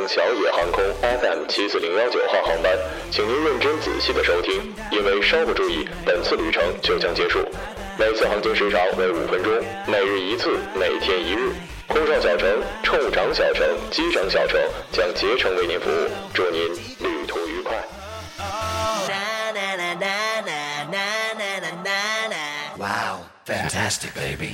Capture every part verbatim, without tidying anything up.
乘小野航空 F M 七四零幺九号航班，请您认真仔细的收听，因为稍不注意，本次旅程就将结束。每次航行时长为五分钟，每日一次，每天一日。空少小城、乘务长小城、机长小城将竭诚为您服务，祝您旅途愉快。 Wow, fantastic, baby.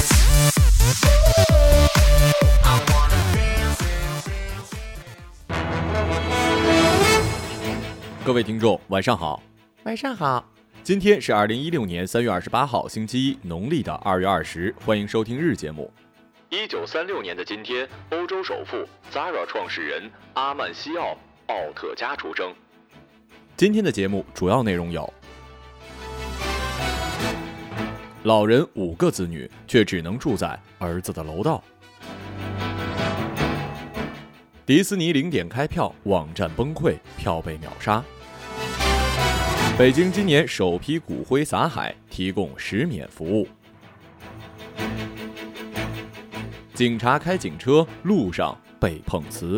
各位听众，晚上好。 晚上好。 今天是二零一六年三月二十八号，星期一，农历的二月二十。欢迎收听日节目。一九三六年的今天，欧洲首富 Zara 创始人阿曼西奥·奥特加出生。今天的节目主要内容有：老人五个子女，却只能住在儿子的楼道。迪士尼零点开票，网站崩溃，票被秒杀。北京今年首批骨灰撒海，提供实免服务。警察开警车，路上被碰瓷。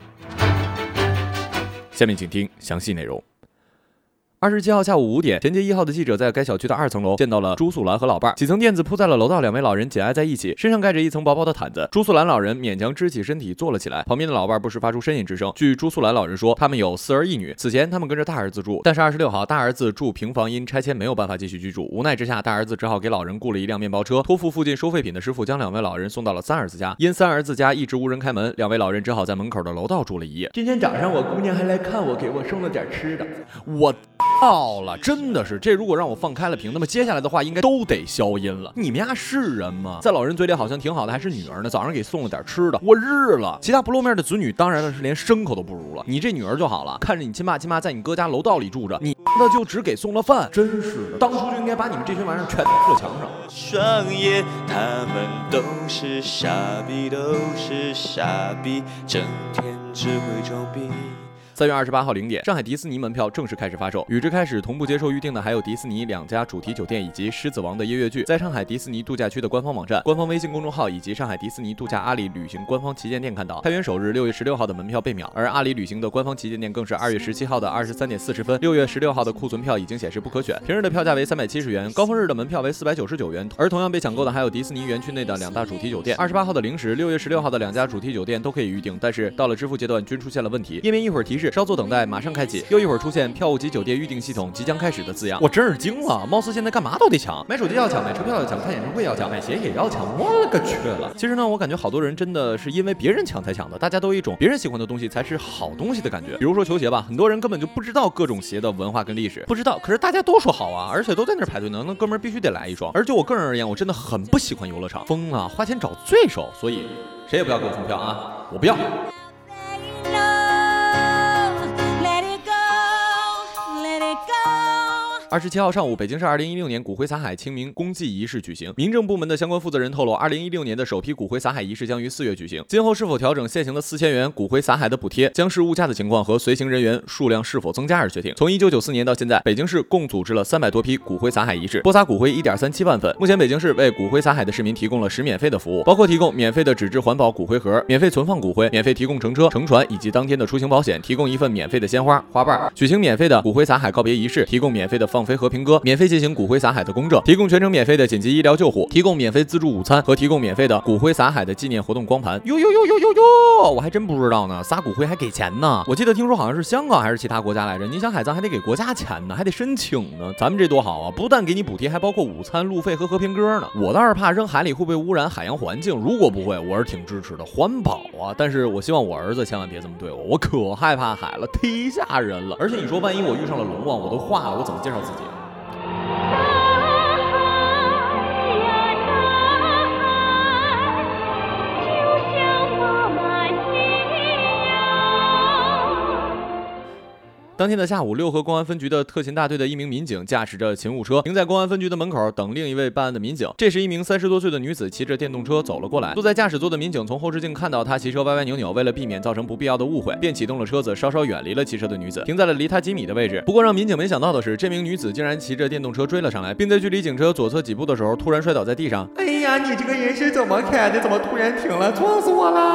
下面请听详细内容。二十七号下午五点，衔接一号的记者在该小区的二层楼见到了朱素兰和老伴儿，几层垫子铺在了楼道，两位老人紧挨在一起，身上盖着一层薄薄的毯子。朱素兰老人勉强支起身体坐了起来，旁边的老伴儿不时发出呻吟之声。据朱素兰老人说，他们有四儿一女，此前他们跟着大儿子住，但是二十六号大儿子住平房因拆迁没有办法继续居住，无奈之下大儿子只好给老人雇了一辆面包车，托付附近收废品的师傅将两位老人送到了三儿子家。因三儿子家一直无人开门，两位老人只好在门口的楼道住了一夜。 今天早上我姑娘还来看我，给我送了点吃的。 我到了，真的是，这如果让我放开了屏，那么接下来的话应该都得消音了。你们家是人吗？在老人嘴里好像挺好的，还是女儿呢，早上给送了点吃的，我日了。其他不露面的子女当然了是连牲口都不如了，你这女儿就好了，看着你亲爸亲妈在你哥家楼道里住着，你那就只给送了饭，真是的，当初就应该把你们这群玩意儿全贴墙上。 双眼，他们都是傻逼，都是傻逼，整天只会装逼。 三月二十八号零点，上海迪士尼门票正式开始发售。与之开始同步接受预定的还有迪士尼两家主题酒店以及《狮子王》的音乐剧。在上海迪士尼度假区的官方网站、官方微信公众号以及上海迪士尼度假阿里旅行官方旗舰店看到，开园首日六月十六号的门票被秒，而阿里旅行的官方旗舰店更是二月十七号的二十三点四十分，六月十六号的库存票已经显示不可选。平日的票价为三百七十元，高峰日的门票为四百九十九元。而同样被抢购的还有迪士尼园区内的两大主题酒店。二十八号的零时，六月十六号的两家主题酒店都可以预定，但是到了支付阶段均出现了问题，页面一会儿提示稍作等待，马上开启，又一会儿出现票务及酒店预订系统即将开始的字样。我真是惊了，貌似现在干嘛都得抢，买手机要抢，买车票要抢，看演唱会要抢，买鞋也要抢，我了个去了。其实呢，我感觉好多人真的是因为别人抢才抢的，大家都有一种别人喜欢的东西才是好东西的感觉。比如说球鞋吧，很多人根本就不知道各种鞋的文化跟历史，不知道，可是大家都说好啊，而且都在那儿排队呢，那哥们儿必须得来一双。而就我个人而言，我真的很不喜欢游乐场，疯了，花钱找罪受，所以谁也不要给我送票啊，我不要。二十七号上午，北京市二零一六年骨灰撒海清明公祭仪式举行。民政部门的相关负责人透露，二零一六年的首批骨灰撒海仪式将于四月举行。今后是否调整现行的四千元骨灰撒海的补贴，将视物价的情况和随行人员数量是否增加而决定。从一九九四年到现在，北京市共组织了三百多批骨灰撒海仪式，播撒骨灰一点三七万份。目前，北京市为骨灰撒海的市民提供了十免费的服务，包括提供免费的纸质环保骨灰盒、免费存放骨灰、免费提供乘车、乘船以及当天的出行保险，提供一份免费的鲜花、花瓣，举行免费的骨灰撒海告别仪式，提供免费的放飞和平歌，免费进行骨灰撒海的公证，提供全程免费的紧急医疗救护，提供免费自助午餐和提供免费的骨灰撒海的纪念活动光盘。哟哟哟哟哟哟，我还真不知道呢，撒骨灰还给钱呢。我记得听说好像是香港还是其他国家来着，你想海葬还得给国家钱呢，还得申请呢。咱们这多好啊，不但给你补贴，还包括午餐、路费和和平歌呢。我倒是怕扔海里会不会污染海洋环境，如果不会，我是挺支持的，环保啊。但是我希望我儿子千万别这么对我，我可害怕海了，忒吓人了。而且你说万一我遇上了龙王，我都化了，我怎么介绍自己啊？当天的下午，六合公安分局的特勤大队的一名民警驾驶着勤务车停在公安分局的门口等另一位办案的民警。这时，一名三十多岁的女子骑着电动车走了过来，坐在驾驶座的民警从后视镜看到她骑车歪歪扭扭，为了避免造成不必要的误会，便启动了车子，稍稍远离了骑车的女子，停在了离她几米的位置。不过让民警没想到的是，这名女子竟然骑着电动车追了上来，并在距离警车左侧几步的时候突然摔倒在地上。 哎呀，你这个人是怎么开的？怎么突然停了？撞死我了！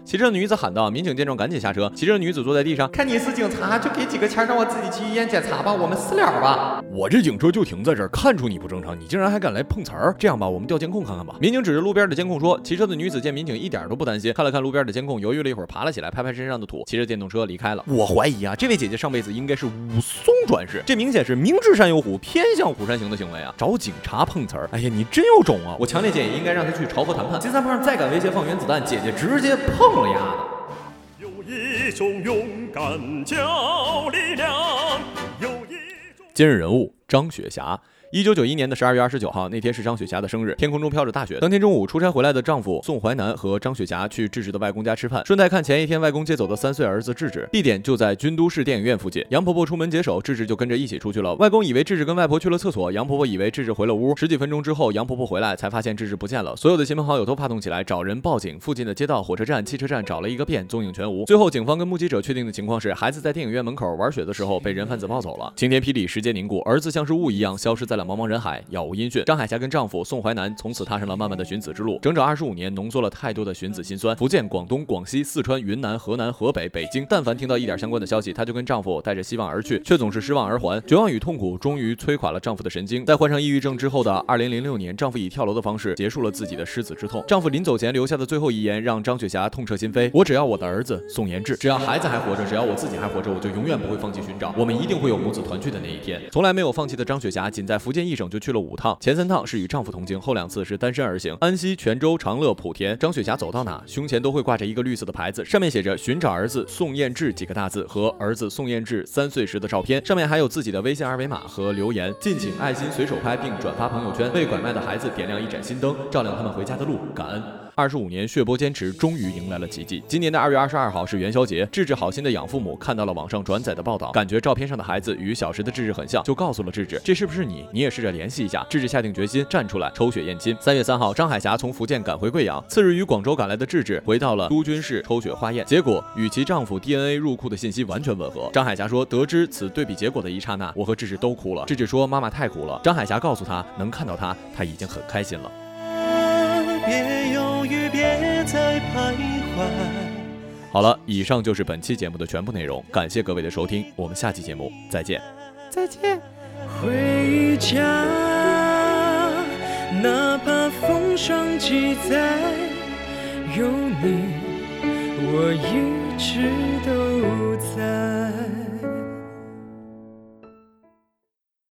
骑车的女子喊道。民警见状赶紧下车，骑车的女子坐在地上， 看你是警察，就给几个钱让我自己去医院检查吧，我们私了吧。 我这警车就停在这儿，看出你不正常，你竟然还敢来碰瓷儿！这样吧，我们调监控看看吧。民警指着路边的监控说。骑车的女子见民警一点都不担心，看了看路边的监控，犹豫了一会儿，爬了起来，拍拍身上的土，骑着电动车离开了。我怀疑啊，这位姐姐上辈子应该是武松转世，这明显是明知山有虎，偏向虎山行的行为啊！找警察碰瓷儿，哎呀，你真有种啊！我强烈建议应该让他去朝佛谈判。金三胖再敢威胁放原子弹，姐姐直接碰了丫的。 有一种勇敢叫力量，有一种今日人物张雪霞。一九九一年的十二月二十九号，那天是张雪霞的生日，天空中飘着大雪。当天中午，出差回来的丈夫宋淮南和张雪霞去智智的外公家吃饭，顺带看前一天外公接走的三岁儿子智智。地点就在军都市电影院附近。杨婆婆出门解手，智智就跟着一起出去了。外公以为智智跟外婆去了厕所，杨婆婆以为智智回了屋。十几分钟之后，杨婆婆回来才发现智智不见了。所有的亲朋好友都发动起来找人报警，附近的街道、火车站、汽车站找了一个遍，踪影全无。最后，警方跟目击者确定的情况是，孩子在电影院门口玩雪的时候被人贩子抱走了。晴天霹雳，时间凝固，儿子像是雾一样消失在了茫茫人海，杳无音讯。张海霞跟丈夫宋淮南从此踏上了漫漫的寻子之路，整整二十五年，浓缩了太多的寻子辛酸。福建、广东、广西、四川、云南、河南、河北、北京，但凡听到一点相关的消息，她就跟丈夫带着希望而去，却总是失望而还。绝望与痛苦终于摧垮了丈夫的神经。在患上抑郁症之后的二零零六年，丈夫以跳楼的方式结束了自己的失子之痛。丈夫临走前留下的最后遗言让张雪霞痛彻心扉：我只要我的儿子宋延志，只要孩子还活着，只要我自己还活着，我就永远不会放弃寻找，我们一定会有母子团聚的那一天。从来没有放弃的张雪霞，仅在福建一省就去了五趟，前三趟是与丈夫同行，后两次是单身而行。安溪、泉州、长乐、莆田，张雪霞走到哪，胸前都会挂着一个绿色的牌子，上面写着寻找儿子宋彦志几个大字和儿子宋彦志三岁时的照片，上面还有自己的微信二维码和留言，敬请爱心随手拍并转发朋友圈，为拐卖的孩子点亮一盏心灯，照亮他们回家的路，感恩。二十五年血泊坚持，终于迎来了奇迹。今年的二月二十二号是元宵节，智智好心的养父母看到了网上转载的报道，感觉照片上的孩子与小时的智智很像，就告诉了智智，这是不是你？你也试着联系一下。智智下定决心站出来抽血验亲。三月三号，张海霞从福建赶回贵阳，次日与广州赶来的智智回到了都军市抽血化验，结果与其丈夫 D N A 入库的信息完全吻合。张海霞说，得知此对比结果的一刹那，我和智智都哭了。智智说，妈妈太苦了。张海霞告诉她，能看到她，她已经很开心了。 别犹豫，别再徘徊。 好了，以上就是本期节目的全部内容，感谢各位的收听，我们下期节目再见。 再见。 回家，哪怕风霜几载，有你，我一直都在。